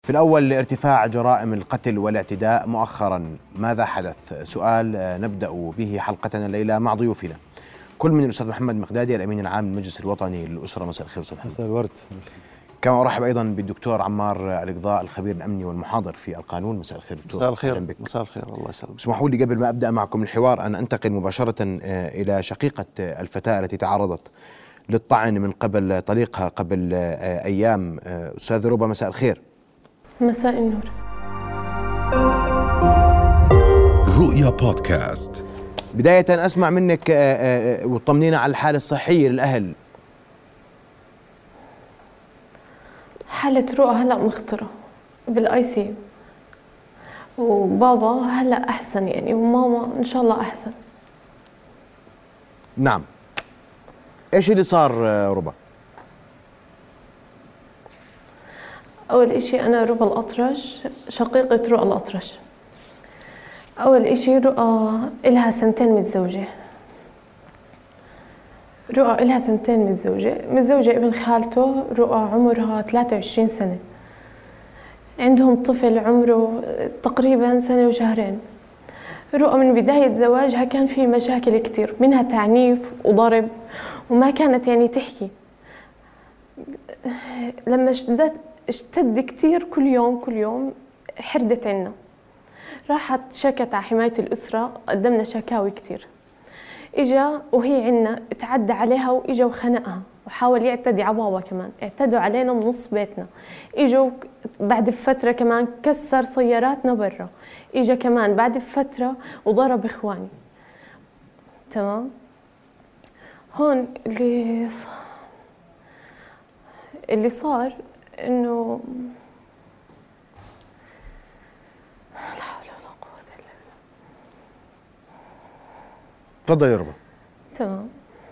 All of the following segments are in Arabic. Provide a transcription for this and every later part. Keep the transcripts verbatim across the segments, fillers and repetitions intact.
في الأول ارتفاع جرائم القتل والاعتداء مؤخرا، ماذا حدث؟ سؤال نبدأ به حلقتنا الليلة مع ضيوفنا، كل من الأستاذ محمد مقدادي الأمين العام للمجلس الوطني للأسرة. مساء الخير أستاذ محمد. مساء الورد. كما أرحب أيضا بالدكتور عمار القضاء الخبير الأمني والمحاضر في القانون. مساء الخير دكتور. مساء الخير. مساء الخير. الله يسلمك. اسمحوا لي قبل ما أبدأ معكم الحوار أن أنتقل مباشرة إلى شقيقة الفتاة التي تعرضت للطعن من قبل طليقها قبل أيام. أستاذ ربا، مساء الخير. مساء النور. رؤيا بودكاست. بداية أسمع منك وطمنينا على الحالة الصحية للأهل. حالة رؤى هلأ مخطرة بالاي سي، وبابا هلأ أحسن يعني، وماما إن شاء الله أحسن. نعم، إيش اللي صار ربا؟ أول إشي أنا رؤى الأطرش، شقيقة رؤى الأطرش. أول إشي رؤى إلها سنتين متزوجة، رؤى إلها سنتين متزوجة متزوجة ابن خالته رؤى عمرها ثلاثة وعشرين سنة، عندهم طفل عمره تقريبا سنة وشهرين. رؤى من بداية زواجها كان في مشاكل كتير، منها تعنيف وضرب، وما كانت يعني تحكي. لما اشتدت اشتد كتير كل يوم كل يوم حردت عنا، راحت شكت على حماية الأسرة، قدمنا شكاوي كتير. إجا وهي عنا اتعدى عليها وإجا وخنقها وحاول يعتدي على بابا كمان، اعتدوا علينا من نص بيتنا. إجوا بعد فترة كمان كسر سياراتنا برا، إجا كمان بعد فترة وضرب إخواني. تمام. هون اللي اللي صار إنه لا حول ولا قوة إلا بالله. تفضل يا ربا. تمام.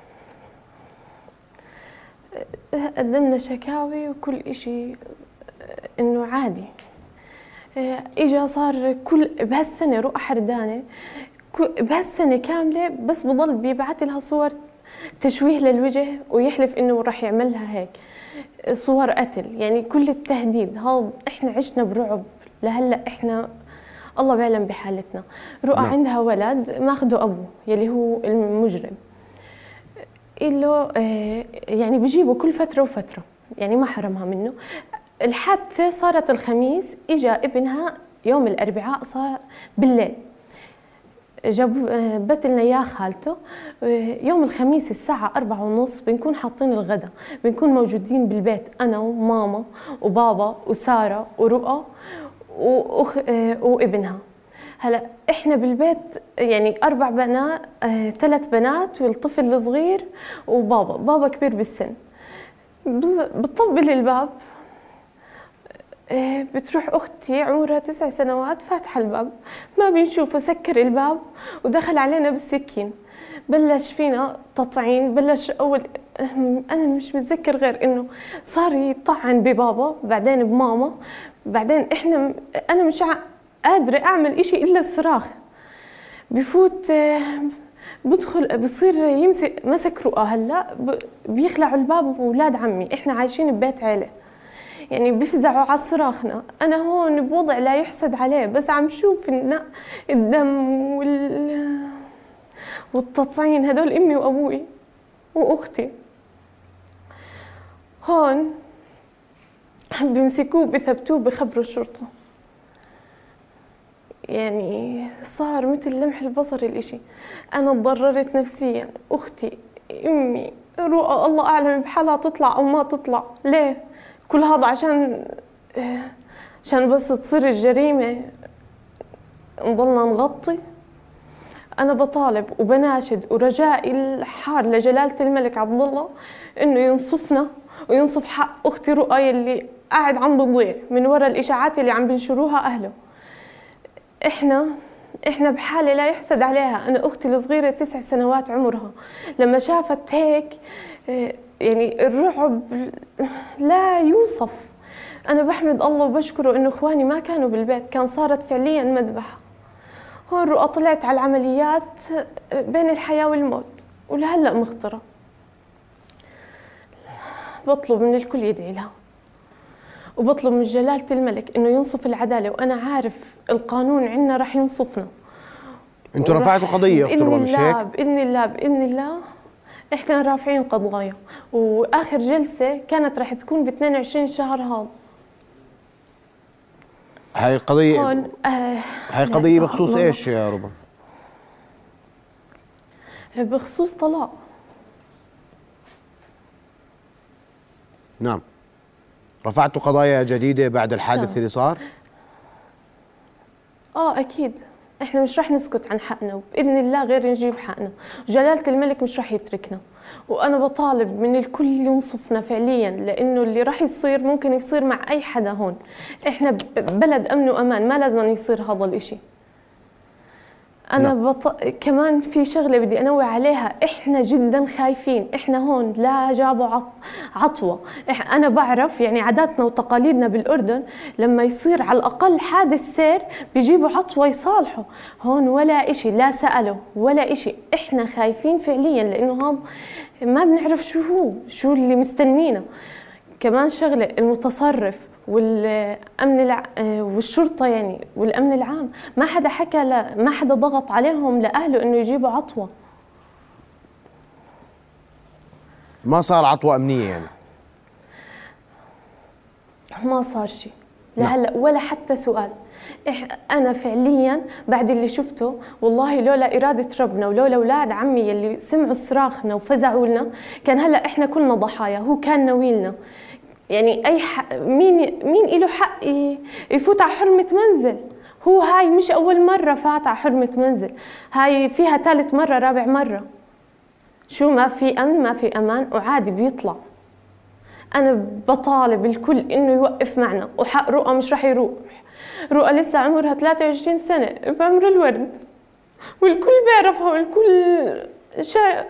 قدمنا شكاوي وكل إشي إنه عادي. إجا صار كل بهالسنة رؤى حردانة، بهالسنة كاملة بس بضل بيبعث لها صور تشويه للوجه ويحلف إنه راح يعملها هيك صور قتل، يعني كل التهديد هذا. إحنا عشنا برعب لهلا، إحنا الله بيعلم بحالتنا. رؤى نعم. عندها ولد ماخده أبوه يلي هو المجرم، إله يعني بيجيبه كل فترة وفترة، يعني ما حرمها منه. الحادثة صارت الخميس، إجا ابنها يوم الأربعاء صار بالليل، جاب بتلنا يا خالته. يوم الخميس الساعة أربعة ونص بنكون حاطين الغداء، بنكون موجودين بالبيت أنا وماما وبابا وسارة ورؤى وأخ وابنها. هلا إحنا بالبيت يعني أربع بنات، آه، ثلاث بنات والطفل الصغير وبابا، بابا كبير بالسن. بتطبل الباب، آه، بتروح أختي عمرها تسع سنوات فاتحة الباب، ما بنشوفه، سكر الباب ودخل علينا بالسكين، بلش فينا تطعين. بلش أول أنا مش متذكر غير إنه صار يطعن ببابا، بعدين بماما، بعدين إحنا أنا مش قادرة أعمل إشي إلا الصراخ. بفوت بدخل بصير يمسك مسك رؤى. هلا بيخلعوا الباب وولاد عمي، إحنا عايشين ببيت عيلة، يعني بيفزعوا على صراخنا. أنا هون بوضع لا يحسد عليه، بس عم شوف الدم وال والتطعين، هدول أمي وأبوي وأختي. هون بيمسكوه بثبتوه بخبروا الشرطة، يعني صار مثل لمح البصر الإشي. أنا تضررت نفسيا، أختي، أمي، رؤى الله أعلم بحالها تطلع أو ما تطلع. ليه؟ كل هذا عشان عشان بس تصير الجريمة نضلنا نغطي. أنا بطالب وبناشد ورجائي الحار لجلالة الملك عبد الله إنه ينصفنا وينصف حق أختي رؤى اللي قاعد عم بضيع من وراء الإشاعات اللي عم بنشروها أهله. إحنا إحنا بحالة لا يحسد عليها. أنا أختي الصغيرة تسع سنوات عمرها لما شافت هيك يعني الرعب لا يوصف. أنا بحمد الله وبشكره إنه إخواني ما كانوا بالبيت، كان صارت فعليا مذبحة. هون رؤى طلعت على العمليات بين الحياة والموت، ولهلأ مخطرة. بطلب من الكل يدعي لها. وبطلب من جلالة الملك إنه ينصف العدالة، وأنا عارف القانون عندنا رح ينصفنا. أنتوا رفعتوا قضية أخت ربا مش هيك؟ بإذن الله بإذن الله إحنا رافعين قضايا، وآخر جلسة كانت رح تكون ب اثنين وعشرين شهر هذا. هاي القضية هون آه هاي القضية بخصوص إيش يا ربا؟ بخصوص طلاق. نعم. رفعتوا قضايا جديدة بعد الحادث اللي صار؟ اه اكيد، احنا مش رح نسكت عن حقنا، وباذن الله غير نجيب حقنا، وجلالة الملك مش رح يتركنا. وانا بطالب من الكل ينصفنا فعليا، لانه اللي رح يصير ممكن يصير مع اي حدا هون. احنا بلد امن وامان، ما لازم يصير هذا الاشي. أنا بط... كمان في شغلة بدي أنوه عليها، إحنا جدا خايفين، إحنا هون لا جابوا عط... عطوة. إح... أنا بعرف يعني عاداتنا وتقاليدنا بالأردن لما يصير على الأقل حادث سير بيجيبوا عطوة يصالحوا، هون ولا إشي، لا سألوا ولا إشي. إحنا خايفين فعليا، لأنه هذا ما بنعرف شو هو، شو اللي مستنينا. كمان شغلة المتصرف والامن الع... والشرطه يعني والامن العام، ما حدا حكى ل... ما حدا ضغط عليهم لاهله انه يجيبوا عطوه. ما صار عطوه امنيه يعني؟ ما صار شيء لهلا ولا حتى سؤال. إح... انا فعليا بعد اللي شفته والله لولا اراده ربنا ولولا اولاد عمي اللي سمعوا صراخنا وفزعوا لنا كان هلا احنا كلنا ضحايا. هو كان ناويلنا يعني اي حق، مين مين له حق يفوت على حرمه منزل؟ هو هاي مش اول مره فات على حرمه منزل، هاي فيها ثالث مره رابع مره. شو ما في امن ما في امان وعادي بيطلع. انا بطالب الكل انه يوقف معنا، وحق رؤى مش رح يروح. رؤى لسه عمرها ثلاثة وعشرين سنه بعمر الورد، والكل بيعرفها والكل شايف.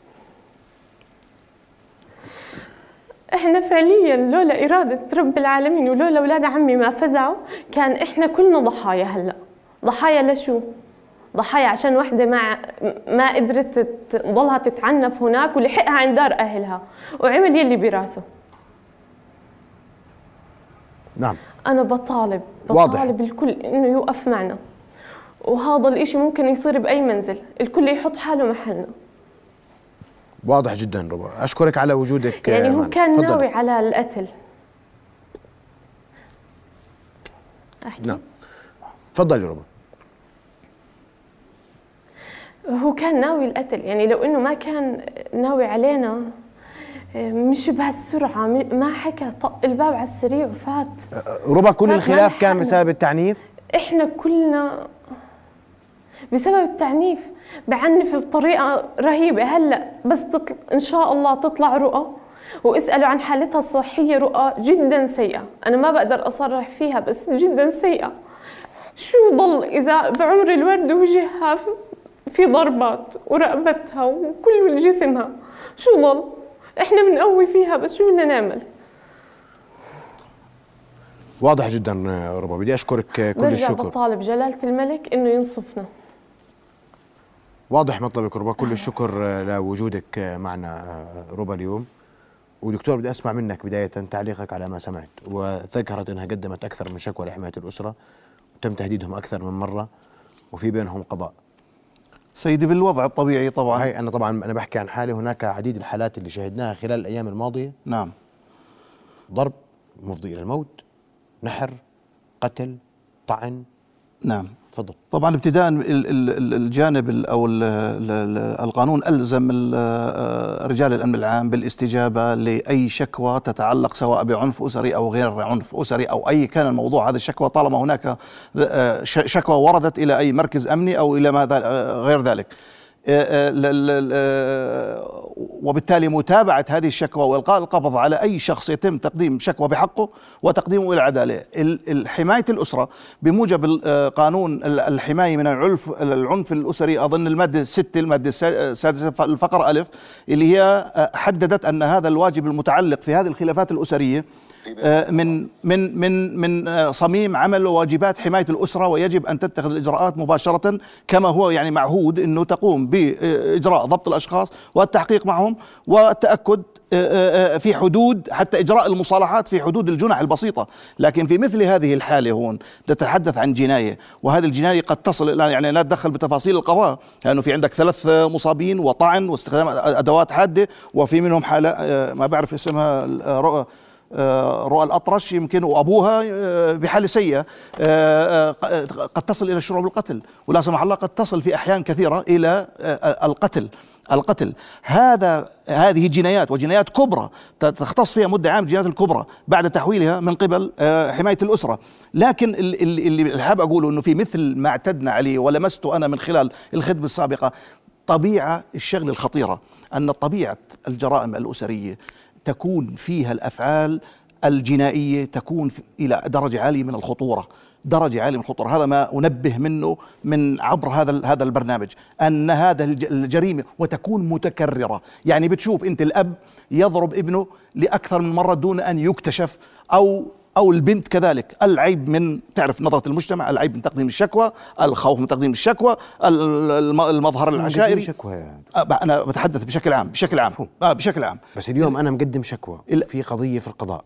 احنا فعليا لولا إرادة رب العالمين ولولا أولاد عمي ما فزعوا كان احنا كلنا ضحايا. هلا ضحايا لشو؟ ضحايا عشان وحدة ما ما قدرت تضلها تتعنف هناك ولحقها عند دار أهلها وعمل يلي براسه. نعم. أنا بطالب بطالب الكل إنه يوقف معنا، وهذا الإشي ممكن يصير بأي منزل، الكل يحط حاله محلنا. واضح جدا ربا، أشكرك على وجودك. يعني هو كان فضل. ناوي على القتل. أحكي؟ نعم تفضلي ربا. هو كان ناوي القتل، يعني لو إنه ما كان ناوي علينا مش بهالسرعة، ما حكى، طق الباب على السريع وفات. ربا كل الخلاف كان بسبب التعنيف؟ إحنا كلنا بسبب التعنيف، بعنف بطريقة رهيبة. هلأ بس تطلع إن شاء الله تطلع رؤى واسألوا عن حالتها الصحية. رؤى جدا سيئة، أنا ما بقدر أصرح فيها بس جدا سيئة. شو ضل إذا بعمر الورد وجهها في ضربات ورقبتها وكل جسمها، شو ضل؟ إحنا بنقوي فيها بس شو بدنا نعمل؟ واضح جدا ربا، بدي أشكرك كل الشكر. برجع بطالب جلالة الملك إنه ينصفنا. واضح مطلبك ربا، كل الشكر لوجودك معنا ربا اليوم. ودكتور بدي أسمع منك بداية تعليقك على ما سمعت، وذكرت أنها قدمت أكثر من شكوى لحماية الأسرة وتم تهديدهم أكثر من مرة وفي بينهم قضاء. سيدي بالوضع الطبيعي طبعا، هاي أنا طبعا أنا بحكي عن حالي، هناك عديد الحالات اللي شهدناها خلال الأيام الماضية. نعم. ضرب مفضي إلى الموت، نحر، قتل، طعن. نعم تفضل. طبعا ابتداء الجانب او القانون الزم رجال الامن العام بالاستجابه لاي شكوى تتعلق سواء بعنف اسري او غير عنف اسري او اي كان الموضوع هذا الشكوى، طالما هناك شكوى وردت الى اي مركز امني او الى ما غير ذلك. وبالتالي متابعة هذه الشكوى وإلقاء القبض على أي شخص يتم تقديم شكوى بحقه وتقديمه إلى العدالة. حماية الأسرة بموجب قانون الحماية من العنف العنف الأسري، أظن المادة ستة المادة السادسة الفقرة ألف، اللي هي حددت أن هذا الواجب المتعلق في هذه الخلافات الأسرية من من من من صميم عمل وواجبات حماية الأسرة، ويجب أن تتخذ الإجراءات مباشرة كما هو يعني معهود، أنه تقوم بإجراء ضبط الأشخاص والتحقيق معهم والتأكد في حدود حتى إجراء المصالحات في حدود الجنح البسيطة. لكن في مثل هذه الحالة هون نتحدث عن جناية، وهذه الجناية قد تصل، يعني لا تدخل بتفاصيل القضاء، لأنه في عندك ثلاث مصابين وطعن واستخدام أدوات حادة، وفي منهم حالة ما بعرف اسمها رؤى رؤى الأطرش يمكن وأبوها بحالة سيئة قد تصل إلى الشعور بالقتل، ولا سمح الله قد تصل في أحيان كثيرة إلى القتل. القتل هذا هذه جنايات وجنايات كبرى تختص فيها مدة عام، الجنايات الكبرى بعد تحويلها من قبل حماية الأسرة. لكن اللي حاب أقوله أنه في مثل ما اعتدنا عليه ولمسته أنا من خلال الخدمة السابقة، طبيعة الشغل الخطيرة، أن طبيعة الجرائم الأسرية تكون فيها الأفعال الجنائية تكون إلى درجة عالية من الخطورة، درجة عالية من الخطورة. هذا ما أنبه منه من عبر هذا هذا البرنامج، أن هذا الجريمة وتكون متكررة. يعني بتشوف أنت الأب يضرب ابنه لأكثر من مرة دون أن يكتشف، أو أو البنت كذلك. العيب من تعرف نظرة المجتمع، العيب من تقديم الشكوى، الخوف من تقديم الشكوى، المظهر العشائري. أنا بتحدث بشكل عام بشكل عام آه بشكل عام. بس اليوم أنا مقدم شكوى في قضية في القضاء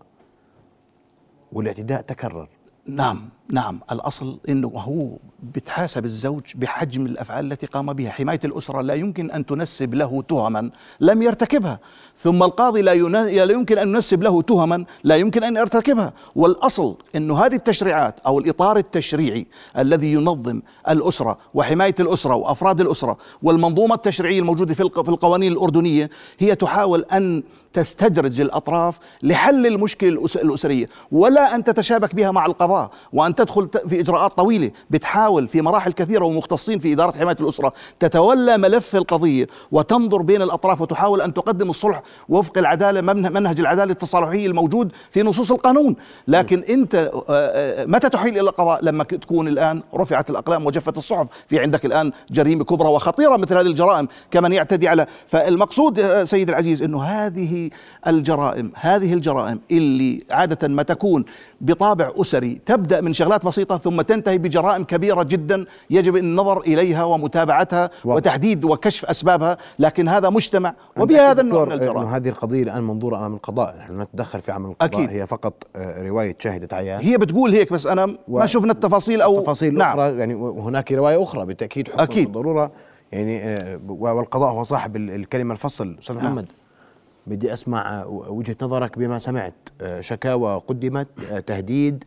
والاعتداء تكرر. نعم نعم الأصل أنه هو بتحاسب الزوج بحجم الأفعال التي قام بها. حماية الأسرة لا يمكن أن تنسب له تهما لم يرتكبها، ثم القاضي لا, لا يمكن أن ينسب له تهما لا يمكن أن يرتكبها. والأصل أنه هذه التشريعات أو الإطار التشريعي الذي ينظم الأسرة وحماية الأسرة وأفراد الأسرة والمنظومة التشريعية الموجودة في القوانين الأردنية هي تحاول أن تستدرج الأطراف لحل المشكلة الأسرية، ولا أن تتشابك بها مع القضاء وأن تدخل في إجراءات طويلة. بتحاول في مراحل كثيرة ومختصين في إدارة حماية الأسرة تتولى ملف القضية وتنظر بين الأطراف وتحاول أن تقدم الصلح وفق العدالة، منهج العدالة التصالحية الموجود في نصوص القانون. لكن أنت متى تحيل إلى القضاء؟ لما تكون الآن رفعت الأقلام وجفت الصحف، في عندك الآن جريمة كبرى وخطيرة مثل هذه الجرائم كمن يعتدي على. فالمقصود سيد العزيز أنه هذه الجرائم هذه الجرائم اللي عادة ما تكون بطابع أسري تبدأ من شغلات بسيطة ثم تنتهي بجرائم كبيرة جدا يجب النظر إليها ومتابعتها و... وتحديد وكشف أسبابها. لكن هذا مجتمع وبها هذا النوع من الجرائم. هذه القضية الآن منظورة أمام القضاء، نحن نتدخل في عمل القضاء. أكيد. هي فقط رواية شاهدة عيان، هي بتقول هيك، بس أنا و... ما شفنا التفاصيل أو التفاصيل نعم. الأخرى يعني، وهناك رواية أخرى بالتأكيد حكم أكيد. بالضرورة يعني، والقضاء هو صاحب الكلمة الفصل. أستاذ محمد نعم. بدي أسمع وجهة نظرك بما سمعت. شكاوى قدمت، تهديد،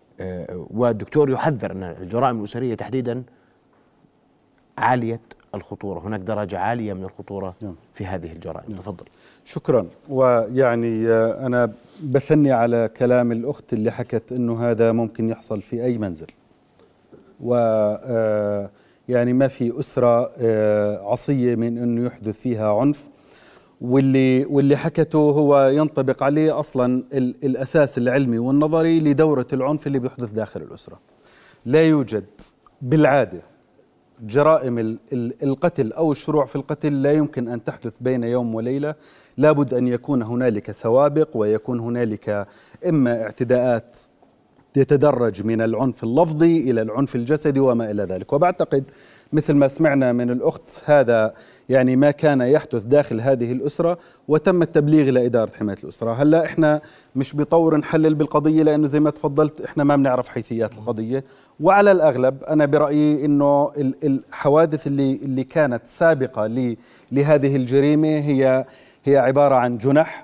والدكتور يحذر أن الجرائم الأسرية تحديدا عالية الخطورة، هناك درجة عالية من الخطورة في هذه الجرائم. تفضل. شكرا. ويعني أنا بثني على كلام الأخت اللي حكت أنه هذا ممكن يحصل في أي منزل، و يعني ما في أسرة عصية من أنه يحدث فيها عنف، واللي واللي حكته هو ينطبق عليه أصلا الأساس العلمي والنظري لدورة العنف اللي بيحدث داخل الأسرة. لا يوجد بالعادة جرائم القتل أو الشروع في القتل لا يمكن أن تحدث بين يوم وليلة، لابد أن يكون هنالك سوابق ويكون هنالك إما اعتداءات تتدرج من العنف اللفظي إلى العنف الجسدي وما إلى ذلك. وبعتقد مثل ما سمعنا من الأخت هذا يعني ما كان يحدث داخل هذه الأسرة وتم التبليغ لإدارة حماية الأسرة. هلا إحنا مش بطور نحلل بالقضية لأنه زي ما تفضلت إحنا ما بنعرف حيثيات القضية، وعلى الأغلب أنا برأيي إنه الحوادث اللي اللي كانت سابقة لهذه الجريمة هي هي عبارة عن جنح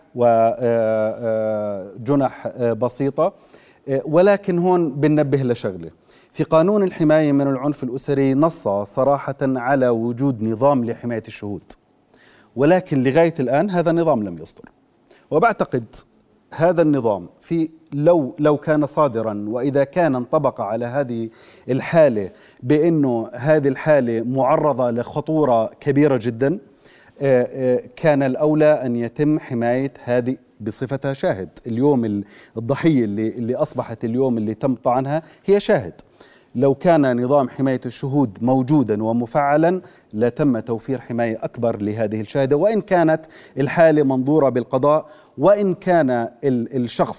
وجنح بسيطة. ولكن هون بننبه لشغله، في قانون الحماية من العنف الأسري نص صراحة على وجود نظام لحماية الشهود، ولكن لغاية الآن هذا النظام لم يصدر. وبعتقد هذا النظام في لو لو كان صادرا وإذا كان انطبق على هذه الحالة بأنه هذه الحالة معرضة لخطورة كبيرة جدا، كان الأولى أن يتم حماية هذه بصفتها شاهد. اليوم الضحية اللي, اللي أصبحت اليوم اللي تم طعنها هي شاهد. لو كان نظام حماية الشهود موجودا ومفعلا لتم توفير حماية أكبر لهذه الشاهدة، وإن كانت الحالة منظورة بالقضاء، وإن كان الشخص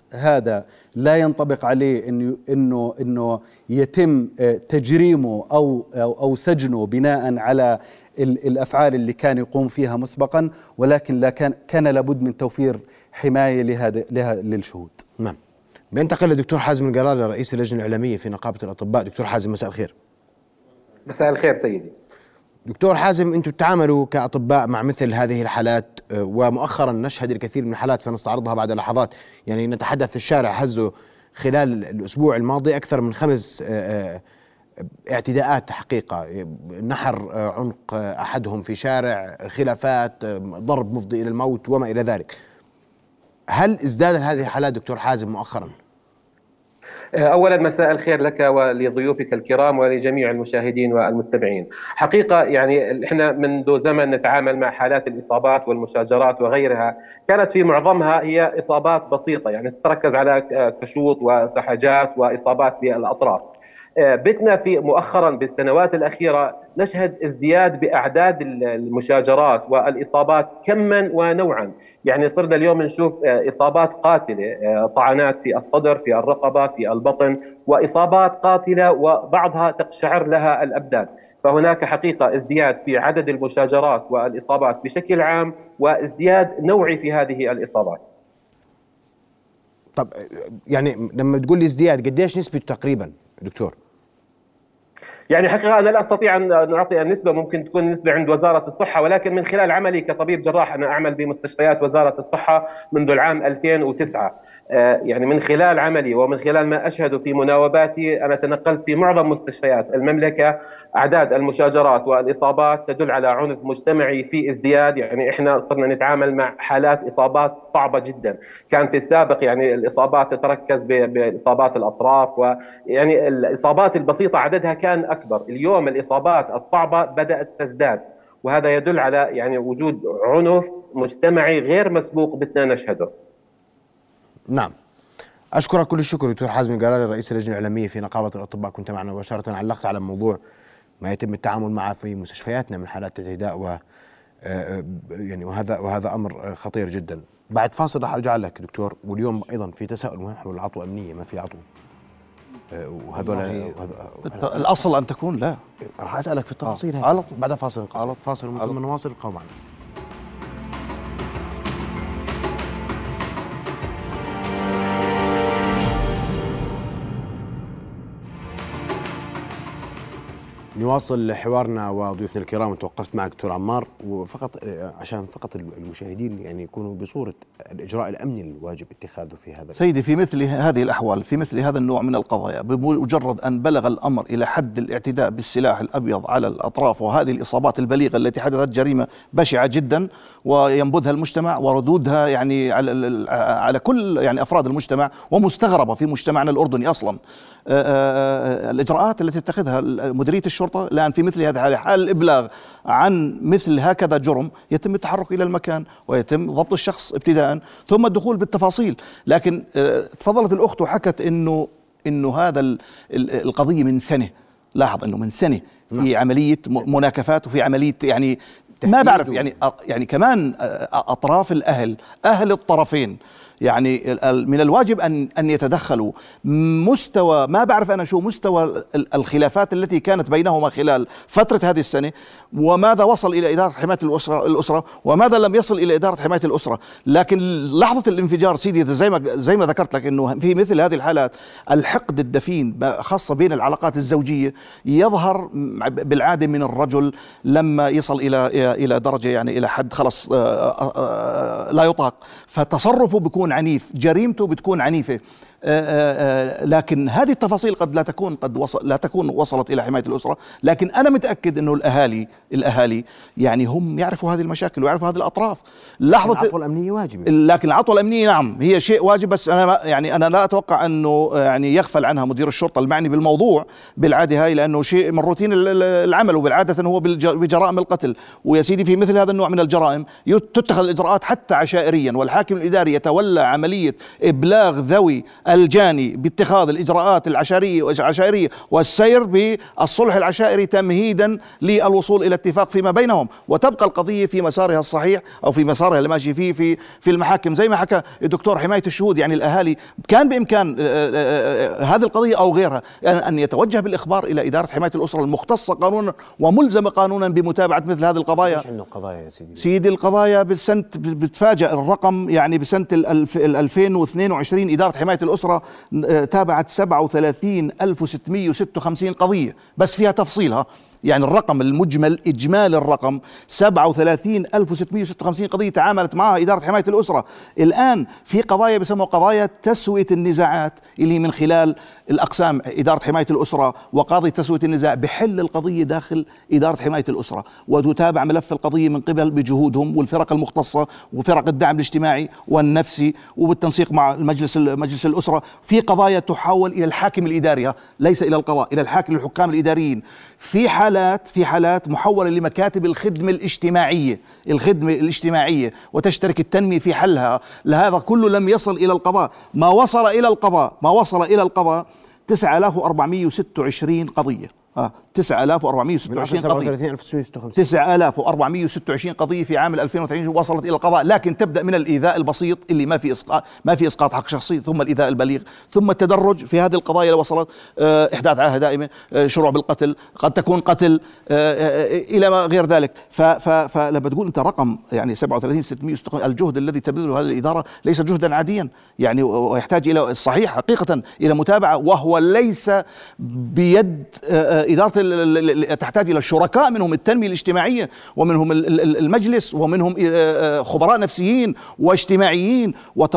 هذا لا ينطبق عليه انه انه انه يتم تجريمه او او, أو سجنه بناء على الافعال اللي كان يقوم فيها مسبقا، ولكن لا كان كان لابد من توفير حمايه لهذا لها للشهود. نعم. بينتقل للدكتور حازم القرالي رئيس اللجنه الاعلاميه في نقابه الاطباء. دكتور حازم مساء الخير. مساء الخير سيدي. دكتور حازم، انتم تتعاملوا كاطباء مع مثل هذه الحالات، ومؤخرا نشهد الكثير من الحالات سنستعرضها بعد لحظات. يعني نتحدث الشارع هزوا خلال الاسبوع الماضي اكثر من خمس اعتداءات حقيقه، نحر عنق احدهم في شارع، خلافات، ضرب مفضي الى الموت وما الى ذلك. هل ازدادت هذه الحالات دكتور حازم مؤخرا؟ أولا مساء الخير لك ولضيوفك الكرام ولجميع المشاهدين والمستمعين. حقيقة يعني إحنا منذ زمن نتعامل مع حالات الإصابات والمشاجرات وغيرها، كانت في معظمها هي إصابات بسيطة، يعني تتركز على كشوط وسحجات وإصابات بالأطراف. بتنا في مؤخرا بالسنوات الأخيرة نشهد ازدياد بأعداد المشاجرات والإصابات كما ونوعا. يعني صرنا اليوم نشوف إصابات قاتلة، طعنات في الصدر، في الرقبة، في البطن، وإصابات قاتلة وبعضها تقشعر لها الأبدان. فهناك حقيقة ازدياد في عدد المشاجرات والإصابات بشكل عام، وازدياد نوعي في هذه الإصابات. طب يعني لما تقول لي ازدياد، قديش نسبته تقريبا دكتور؟ يعني حقيقة أنا لا أستطيع أن نعطي النسبة، ممكن تكون النسبة عند وزارة الصحة، ولكن من خلال عملي كطبيب جراح، أنا أعمل بمستشفيات وزارة الصحة منذ العام ألفين وتسعة، يعني من خلال عملي ومن خلال ما أشهد في مناوباتي، أنا تنقلت في معظم مستشفيات المملكة. أعداد المشاجرات والإصابات تدل على عنف مجتمعي في ازدياد. يعني إحنا صرنا نتعامل مع حالات إصابات صعبة جدا. كان في السابق يعني الإصابات تتركز بإصابات الأطراف، ويعني الإصابات البسيطة عددها كان أكبر. اليوم الإصابات الصعبة بدأت تزداد، وهذا يدل على يعني وجود عنف مجتمعي غير مسبوق بدنا نشهده. نعم، أشكرك كل الشكر دكتور حازم القرالي رئيس اللجنة الإعلامية في نقابة الأطباء، كنت معنا مباشرة. علقت على موضوع ما يتم التعامل معه في مستشفياتنا من حالات اعتداء، و يعني وهذا وهذا أمر خطير جدا. بعد فاصل راح أرجع لك دكتور، واليوم أيضا في تساؤل مهم حول العطوة الأمنية، ما في عطوة وهذول الأصل أن تكون لا. راح أسألك في التفاصيل آه. على بعد فاصل قصير. فاصل ومن نواصل القوم معنا. نواصل حوارنا وضيوفنا الكرام. توقفت معك دكتور عمار، وفقط عشان فقط المشاهدين يعني يكونوا بصورة الإجراء الأمني الواجب اتخاذه في هذا. سيدي، في مثل هذه الأحوال، في مثل هذا النوع من القضايا، بمجرد أن بلغ الأمر إلى حد الاعتداء بالسلاح الأبيض على الأطراف وهذه الإصابات البليغة التي حدثت، جريمة بشعة جدا وينبذها المجتمع وردودها يعني على على كل يعني أفراد المجتمع، ومستغربة في مجتمعنا الأردني أصلا. الإجراءات التي تتخذها مديرية الشرطة الآن في مثل هذه الحالة، حال الإبلاغ عن مثل هكذا جرم، يتم التحرك إلى المكان ويتم ضبط الشخص ابتداء ثم الدخول بالتفاصيل. لكن تفضلت الأخت وحكت إنه إنه هذا القضية من سنة. لاحظ إنه من سنة في عملية مناكفات وفي عملية يعني ما بعرف يعني يعني كمان أطراف الأهل أهل الطرفين يعني من الواجب أن أن يتدخلوا. مستوى ما بعرف أنا شو مستوى الخلافات التي كانت بينهما خلال فترة هذه السنة، وماذا وصل إلى إدارة حماية الأسرة الأسرة وماذا لم يصل إلى إدارة حماية الأسرة. لكن لحظة الانفجار سيدي، زي ما زي ما ذكرت لك إنه في مثل هذه الحالات الحقد الدفين خاصة بين العلاقات الزوجية يظهر بالعادة من الرجل لما يصل إلى إلى درجة يعني إلى حد خلص لا يطاق، فتصرفه بيكون عنيف، جريمته بتكون عنيفة. آآ آآ لكن هذه التفاصيل قد لا تكون قد وصل لا تكون وصلت إلى حماية الأسرة. لكن أنا متأكد إنه الأهالي الأهالي يعني هم يعرفوا هذه المشاكل ويعرفوا هذه الأطراف. لحظة العطوة الأمنية واجب، لكن العطوة الأمنية نعم هي شيء واجب، بس أنا يعني أنا لا أتوقع أنه يعني يغفل عنها مدير الشرطة المعني بالموضوع بالعادة هاي، لأنه شيء من روتين العمل، وبالعادة هو بجرائم القتل. ويا سيدي في مثل هذا النوع من الجرائم تتخذ الإجراءات حتى عشائريا، والحاكم الإداري يتولى عملية إبلاغ ذوي الجاني باتخاذ الإجراءات العشائرية العشائرية والسير بالصلح العشائري تمهيدا للوصول إلى اتفاق فيما بينهم، وتبقى القضية في مسارها الصحيح أو في مسارها اللي ماشي فيه في في المحاكم. زي ما حكى الدكتور حماية الشهود، يعني الأهالي كان بإمكان هذه القضية أو غيرها أن يتوجه بالإخبار إلى إدارة حماية الأسرة المختصة قانونا وملزمة قانونا بمتابعة مثل هذه القضايا. ايش عنده قضايا يا سيدي؟ سيدي القضايا بالسنة بتفاجأ الرقم، يعني بسنة ألفين واثنين وعشرين إدارة حماية الأسرة تابعت سبعة وثلاثين ألف وستمئة وستة وخمسين قضية، بس فيها تفصيلها، يعني الرقم المجمل إجمالي الرقم سبعة وثلاثين ألف وستمئة وستة وخمسين قضية تعاملت معها إدارة حماية الأسرة. الآن في قضايا بسموها قضايا تسوية النزاعات، اللي من خلال الأقسام إدارة حماية الأسرة وقاضي تسوية النزاع بحل القضية داخل إدارة حماية الأسرة، وتتابع ملف القضية من قبل بجهودهم والفرق المختصة وفرق الدعم الاجتماعي والنفسي وبالتنسيق مع المجلس مجلس الأسرة. في قضايا تحول إلى الحاكم الإداري، ليس إلى القضاء، إلى الحاكم الحكام الإداريين. في حالات في حالات محولة لمكاتب الخدمة الاجتماعية الخدمة الاجتماعية وتشترك التنمية في حلها. لهذا كله لم يصل إلى القضاء. ما وصل إلى القضاء ما وصل إلى القضاء تسعة آلاف وأربعمئة وستة وعشرين قضية. آه تسعة آلاف وأربعمئة وستة وعشرين قضية تسعة آلاف وأربعمئة وستة وعشرين قضية في عام ألفين وثلاثين وصلت إلى القضاء. لكن تبدأ من الإيذاء البسيط اللي ما في إسقاط ما في إسقاط حق شخصي، ثم الإيذاء البليغ، ثم التدرج في هذه القضايا اللي وصلت آه إحداث عاهة دائمة، آه شروع بالقتل، قد تكون قتل، آه آه إلى ما غير ذلك. فلما تقول أنت رقم يعني سبعة وثلاثين ستمئة وستة وخمسين، الجهد الذي تبذله هذه الإدارة ليس جهدا عاديا، يعني ويحتاج إلى الصحيح حقيقة إلى متابعة، وهو ليس بيد آه إدارة، تحتاج إلى الشركاء، منهم التنمية الاجتماعية ومنهم المجلس ومنهم خبراء نفسيين واجتماعيين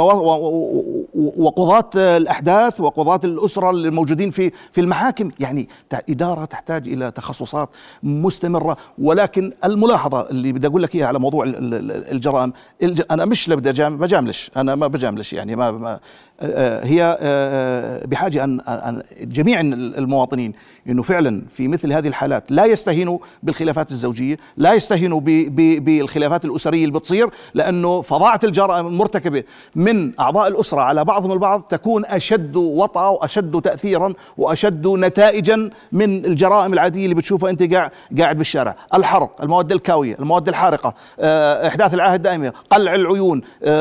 وقضاة الأحداث وقضاة الأسرة الموجودين في في المحاكم. يعني إدارة تحتاج إلى تخصصات مستمرة. ولكن الملاحظة اللي بدي أقول لك إياها على موضوع الجرائم، أنا مش اللي بدي بجاملش، أنا ما بجاملش، يعني ما, ما هي بحاجة أن جميع المواطنين إنه فعلا في مثل هذه الحالات لا يستهينوا بالخلافات الزوجية، لا يستهينوا بالخلافات الأسرية اللي بتصير، لأنه فظاعة الجرائم المرتكبة من أعضاء الأسرة على بعضهم البعض تكون أشد وطأة وأشد تأثيرا وأشد نتائجا من الجرائم العادية اللي بتشوفها أنت قاعد بالشارع. الحرق، المواد الكاوية، المواد الحارقة، إحداث العاهة الدائمة، قلع العيون،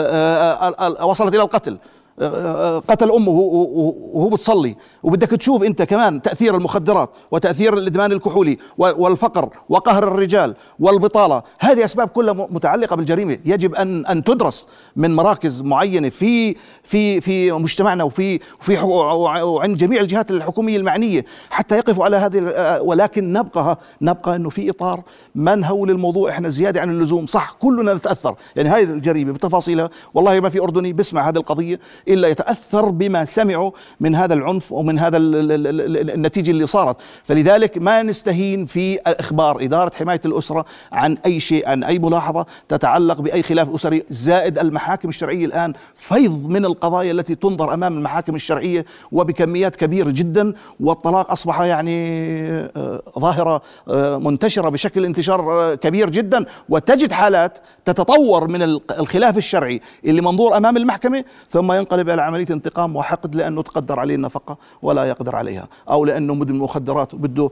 وصلت إلى القتل، قتل أمه وهو بتصلي. وبدك تشوف أنت كمان تأثير المخدرات وتأثير الإدمان الكحولي والفقر وقهر الرجال والبطالة. هذه أسباب كلها متعلقة بالجريمة، يجب أن أن تدرس من مراكز معينة في في في مجتمعنا وفي في وعند جميع الجهات الحكومية المعنية حتى يقفوا على هذه. ولكن نبقى نبقى إنه في إطار ما نهول الموضوع إحنا زيادة عن اللزوم. صح كلنا نتأثر، يعني هاي الجريمة بتفاصيلها والله ما في أردني بسمع هذه القضية إلا يتأثر بما سمعوا من هذا العنف ومن هذا النتيجة اللي صارت. فلذلك ما نستهين في إخبار إدارة حماية الأسرة عن أي شيء، عن أي ملاحظة تتعلق بأي خلاف أسري. زائد المحاكم الشرعية الآن فيض من القضايا التي تنظر أمام المحاكم الشرعية وبكميات كبيرة جدا، والطلاق أصبح يعني ظاهرة منتشرة بشكل انتشار كبير جدا. وتجد حالات تتطور من الخلاف الشرعي اللي منظور أمام المحكمة ثم ينقلب على عملية انتقام وحقد، لأنه تقدر عليه النفقة ولا يقدر عليها، أو لأنه مدمن مخدرات وبده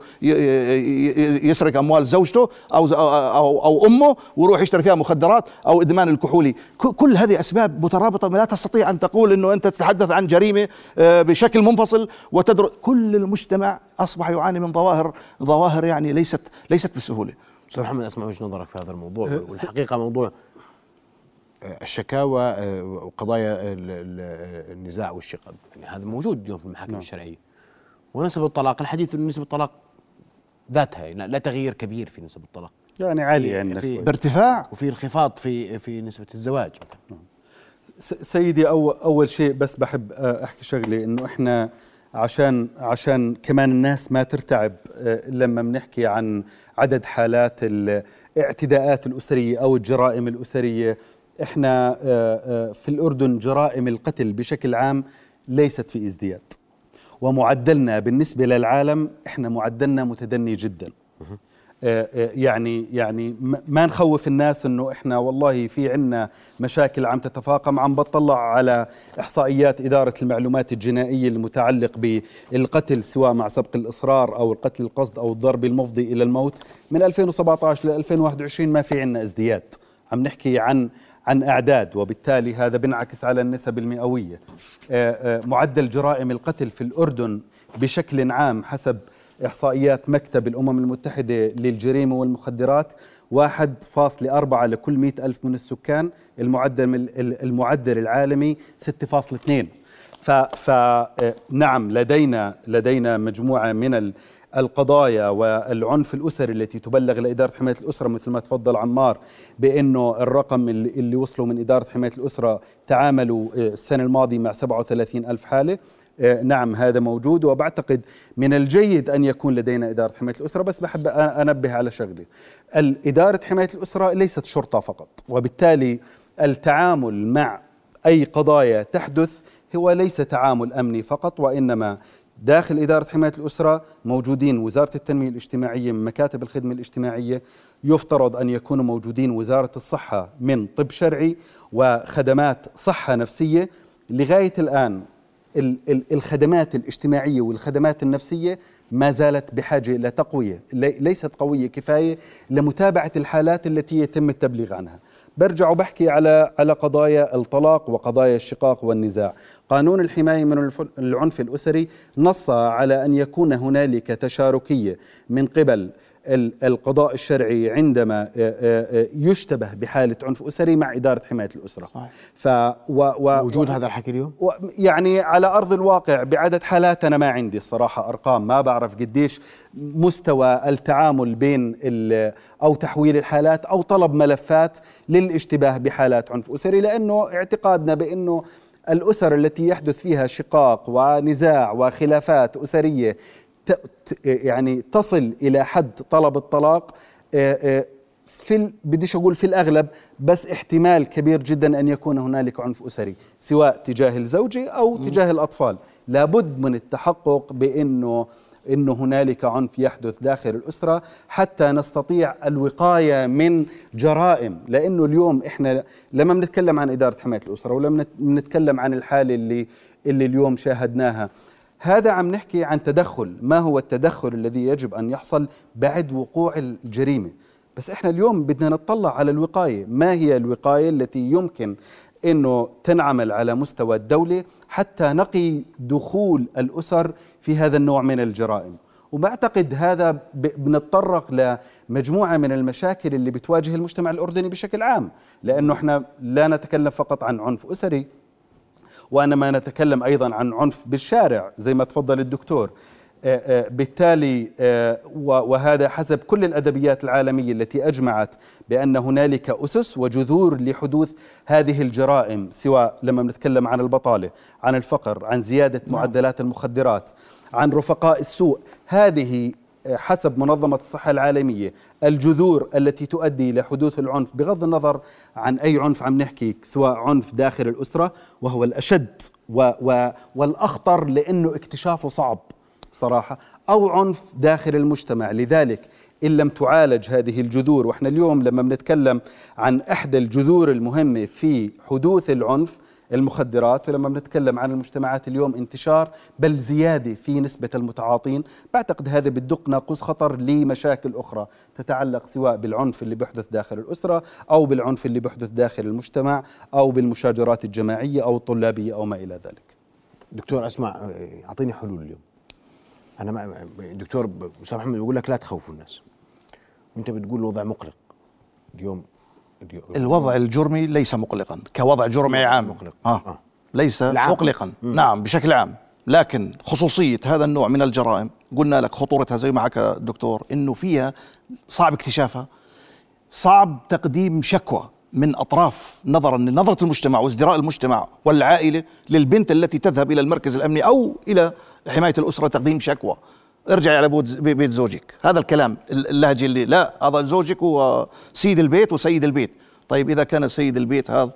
يسرق أموال زوجته أو أو أو أمه ويروح يشتري فيها مخدرات، أو إدمان الكحولي. كل هذه أسباب مترابطة، لا تستطيع أن تقول إنه أنت تتحدث عن جريمة بشكل منفصل وتدرك. كل المجتمع أصبح يعاني من ظواهر ظواهر يعني ليست ليست بالسهولة. أستاذ محمد، أسمع وجهة نظرك في هذا الموضوع. والحقيقة موضوع الشكاوى وقضايا النزاع والشقاق يعني هذا موجود اليوم في المحاكم الشرعية. ونسب الطلاق، الحديث عن نسب الطلاق ذاتها يعني لا تغيير كبير في نسب الطلاق، يعني عالية عندنا في بارتفاع، وفي انخفاض في في نسبة الزواج. سيدي أول أول شيء بس بحب أحكي شغلة، إنه إحنا عشان عشان كمان الناس ما ترتعب لما بنحكي عن عدد حالات الاعتداءات الأسرية أو الجرائم الأسرية. احنا في الأردن جرائم القتل بشكل عام ليست في ازدياد، ومعدلنا بالنسبة للعالم احنا معدلنا متدني جدا. يعني يعني ما نخوف الناس انه احنا والله في عنا مشاكل عم تتفاقم. عم بطلع على احصائيات اداره المعلومات الجنائيه المتعلق بالقتل سواء مع سبق الاصرار او القتل القصد او الضرب المفضي الى الموت من ألفين وسبعة عشر ل ألفين وواحد وعشرين ما في عنا ازدياد. عم نحكي عن عن اعداد، وبالتالي هذا بنعكس على النسب المئويه. معدل جرائم القتل في الاردن بشكل عام حسب إحصائيات مكتب الأمم المتحدة للجريمة والمخدرات واحد فاصلة أربعة لكل مئة ألف من السكان. المعدل المعدل العالمي ستة فاصلة اثنين. فنعم لدينا لدينا مجموعة من القضايا والعنف الأسري التي تبلغ لإدارة حماية الأسرة، مثل ما تفضل عمار بأنه الرقم اللي وصلوا من إدارة حماية الأسرة تعاملوا السنة الماضية مع سبعة وثلاثين ألف حالة. نعم هذا موجود، وبعتقد من الجيد أن يكون لدينا إدارة حماية الأسرة. بس بحب أنبه على شغلة، إدارة حماية الأسرة ليست شرطة فقط، وبالتالي التعامل مع أي قضايا تحدث هو ليس تعامل أمني فقط، وإنما داخل إدارة حماية الأسرة موجودين وزارة التنمية الاجتماعية من مكاتب الخدمة الاجتماعية، يفترض أن يكونوا موجودين وزارة الصحة من طب شرعي وخدمات صحة نفسية. لغاية الآن الخدمات الاجتماعية والخدمات النفسية ما زالت بحاجة إلى تقوية، ليست قوية كفاية لمتابعة الحالات التي يتم التبليغ عنها. برجع وبحكي على على قضايا الطلاق وقضايا الشقاق والنزاع. قانون الحماية من العنف الأسري نص على أن يكون هنالك تشاركية من قبل القضاء الشرعي عندما يشتبه بحالة عنف أسري مع إدارة حماية الأسرة. ف و... وجود هذا الحكي اليوم؟ يعني على أرض الواقع بعدد حالات أنا ما عندي الصراحة أرقام، ما بعرف قديش مستوى التعامل بين أو تحويل الحالات أو طلب ملفات للاشتباه بحالات عنف أسري، لأنه اعتقادنا بأنه الأسر التي يحدث فيها شقاق ونزاع وخلافات أسرية يعني تصل إلى حد طلب الطلاق في بديش أقول في الأغلب، بس احتمال كبير جدا أن يكون هنالك عنف أسري سواء تجاه الزوجة أو تجاه الأطفال. لابد من التحقق بأنه إنه هنالك عنف يحدث داخل الأسرة حتى نستطيع الوقاية من جرائم. لأنه اليوم إحنا لما بنتكلم عن إدارة حماية الأسرة ولما بنتكلم عن الحالة اللي اللي اليوم شاهدناها، هذا عم نحكي عن تدخل. ما هو التدخل الذي يجب أن يحصل بعد وقوع الجريمة؟ بس إحنا اليوم بدنا نطلع على الوقاية. ما هي الوقاية التي يمكن أنه تنعمل على مستوى الدولة حتى نقي دخول الأسر في هذا النوع من الجرائم؟ وبعتقد هذا بنتطرق لمجموعة من المشاكل اللي بتواجه المجتمع الأردني بشكل عام، لأنه إحنا لا نتكلم فقط عن عنف أسري، وإنما نتكلم أيضا عن عنف بالشارع زي ما تفضل الدكتور. بالتالي وهذا حسب كل الأدبيات العالمية التي أجمعت بأن هنالك أسس وجذور لحدوث هذه الجرائم، سواء لما نتكلم عن البطالة، عن الفقر، عن زيادة معدلات المخدرات، عن رفقاء السوء. هذه حسب منظمة الصحة العالمية الجذور التي تؤدي إلى حدوث العنف، بغض النظر عن أي عنف عم نحكي، سواء عنف داخل الأسرة وهو الأشد و و والأخطر لأنه اكتشافه صعب صراحة، أو عنف داخل المجتمع. لذلك إن لم تعالج هذه الجذور، وإحنا اليوم لما بنتكلم عن إحدى الجذور المهمة في حدوث العنف المخدرات، ولما بنتكلم عن المجتمعات اليوم انتشار بل زيادة في نسبة المتعاطين، بعتقد هذا بتدق ناقوس خطر لمشاكل أخرى تتعلق سواء بالعنف اللي بيحدث داخل الأسرة أو بالعنف اللي بيحدث داخل المجتمع أو بالمشاجرات الجماعية أو الطلابية أو ما إلى ذلك. دكتور أسمع، أعطيني حلول اليوم. أنا ما دكتور أسامة محمد بيقول لك لا تخوفوا الناس، وأنت بتقول الوضع مقلق اليوم. الوضع الجرمي ليس مقلقا كوضع جرمي عام، مقلق. آه. آه. ليس العام. مقلقا مم. نعم بشكل عام، لكن خصوصية هذا النوع من الجرائم قلنا لك خطورتها زي ما حكى الدكتور، إنه فيها صعب اكتشافها، صعب تقديم شكوى من أطراف، نظرا لنظرة المجتمع وازدراء المجتمع والعائلة للبنت التي تذهب إلى المركز الأمني أو إلى حماية الأسرة تقديم شكوى. ارجعي على بيت زوجك، هذا الكلام اللهجة اللي لا هذا زوجك هو سيد البيت وسيد البيت. طيب إذا كان سيد البيت هذا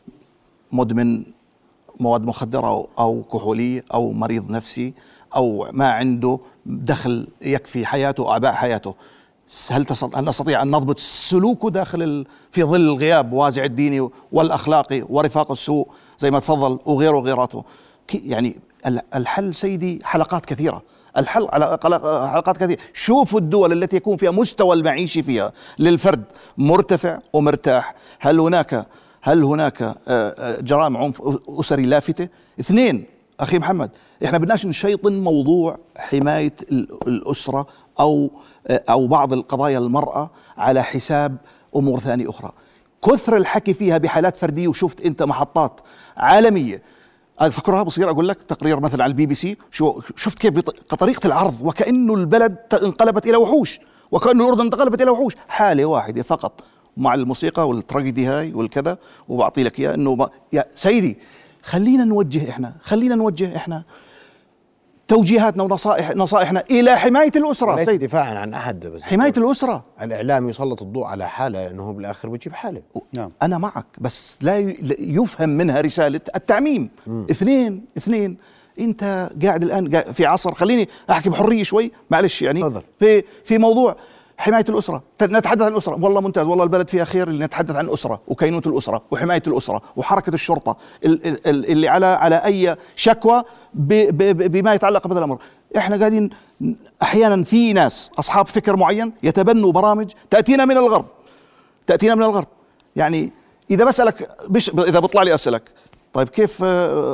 مدمن مواد مخدرة أو كحولية أو مريض نفسي أو ما عنده دخل يكفي حياته أو أعباء حياته، هل هل نستطيع أن نضبط سلوكه داخل في ظل الغياب وازع الديني والأخلاقي ورفاق السوء زي ما تفضل وغيره وغيراته؟ يعني الحل سيدي حلقات كثيرة، الحل على حلقات كثيرة. شوفوا الدول التي يكون فيها مستوى المعيشي فيها للفرد مرتفع ومرتاح، هل هناك هل هناك جرائم عنف أسري لافتة؟ اثنين، أخي محمد، إحنا بدناش نشيطن موضوع حماية الأسرة أو أو بعض القضايا المرأة على حساب أمور ثانية أخرى. كثر الحكي فيها بحالات فردية، وشفت أنت محطات عالمية أذكرها بصير أقول لك تقرير مثلا على البي بي سي، شو شفت كيف طريقة العرض، وكأنه البلد انقلبت إلى وحوش، وكأنه الأردن انقلبت إلى وحوش. حالة واحدة فقط مع الموسيقى والتراجيدي هاي والكذا، وبعطي لك إياه إنه يا سيدي خلينا نوجه إحنا خلينا نوجه إحنا توجيهاتنا ونصائح نصائحنا إلى حماية الأسرة، ليس دفاعا عن أحد، بس حماية الأسرة. الإعلام يسلط الضوء على حالة لأنه بالآخر بيجيب حالة. نعم أنا معك، بس لا يفهم منها رسالة التعميم. م. اثنين اثنين أنت قاعد الآن قاعد في عصر، خليني أحكي بحرية شوي معلش يعني فضل. في في موضوع حماية الأسرة، نتحدث عن الأسرة، والله ممتاز، والله البلد فيها خير اللي نتحدث عن الأسرة وكينونة الأسرة وحماية الأسرة وحركة الشرطة اللي على على أي شكوى بما يتعلق بهذا الأمر. إحنا قاعدين أحيانا في ناس أصحاب فكر معين يتبنوا برامج تأتينا من الغرب تأتينا من الغرب يعني إذا بسألك بش إذا بطلع لي أسألك طيب كيف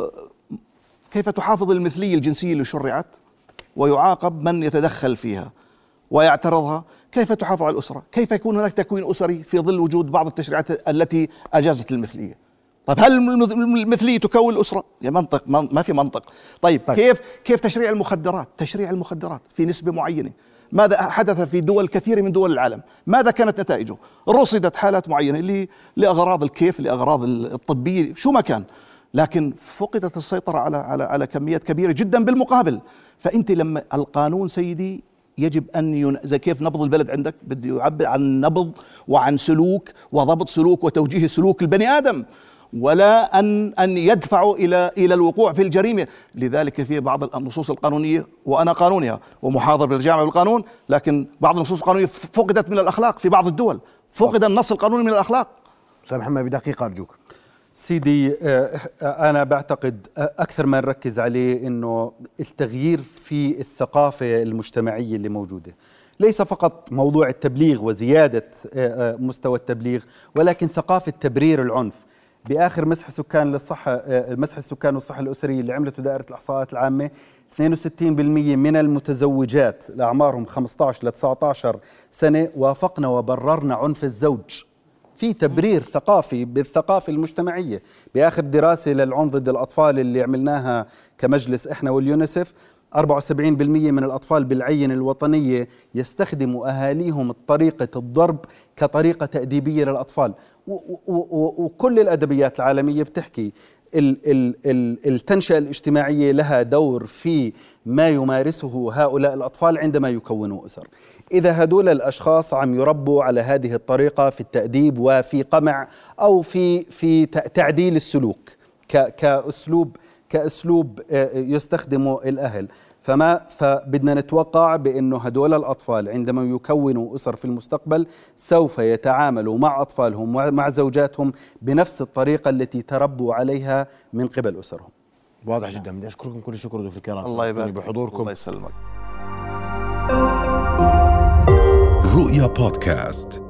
كيف تحافظ المثلية الجنسية اللي شرعت ويعاقب من يتدخل فيها ويعترضها؟ كيف تحافظ على الأسرة؟ كيف يكون هناك تكوين أسري في ظل وجود بعض التشريعات التي أجازت المثلية؟ طيب هل المثلية تكون الأسرة؟ يا منطق ما في منطق. طيب, طيب كيف كيف تشريع المخدرات؟ تشريع المخدرات في نسبة معينة، ماذا حدث في دول كثير من دول العالم؟ ماذا كانت نتائجه؟ رصدت حالات معينة اللي لأغراض الكيف، لأغراض الطبية، شو ما كان، لكن فقدت السيطرة على على على كميات كبيرة جدا بالمقابل. فأنت لما القانون سيدي يجب أن ين... زي كيف نبض البلد عندك بده يعبر عن نبض وعن سلوك وضبط سلوك وتوجيه سلوك البني آدم، ولا أن أن يدفعوا إلى إلى الوقوع في الجريمة. لذلك في بعض النصوص القانونية، وأنا قانونية ومحاضر بالجامعة بالقانون، لكن بعض النصوص القانونية فقدت من الأخلاق في بعض الدول، فقد النص القانوني من الأخلاق. أستاذ محمد بدقيقة أرجوك. سيدي أنا بعتقد أكثر ما نركز عليه إنه التغيير في الثقافة المجتمعية اللي موجودة، ليس فقط موضوع التبليغ وزيادة مستوى التبليغ، ولكن ثقافة تبرير العنف. بآخر مسح سكان للصحة مسح السكان والصحة الأسرية اللي عملته دائرة الإحصاءات العامة، اثنين وستين بالمئة من المتزوجات لأعمارهم خمسة عشر ل تسعة عشر سنة وافقنا وبررنا عنف الزوج. في تبرير ثقافي بالثقافة المجتمعية. بآخر دراسة للعنف ضد الأطفال اللي عملناها كمجلس إحنا واليونيسف، أربعة وسبعين بالمئة من الأطفال بالعينة الوطنية يستخدموا أهاليهم طريقة الضرب كطريقة تأديبية للأطفال. وكل الأدبيات العالمية بتحكي ال ال ال التنشئة الاجتماعية لها دور في ما يمارسه هؤلاء الأطفال عندما يكونوا أسر. إذا هدول الأشخاص عم يربوا على هذه الطريقة في التأديب وفي قمع أو في في تعديل السلوك كأسلوب كأسلوب يستخدمه الأهل، فما فبدنا نتوقع بأنه هدول الأطفال عندما يكونوا أسر في المستقبل سوف يتعاملوا مع أطفالهم مع زوجاتهم بنفس الطريقة التي تربوا عليها من قبل أسرهم. واضح جدا. بدي أشكركم كل الشكر ضيوف الكرام، الله يبارك بحضوركم. الله يسلمك. رؤيا بودكاست.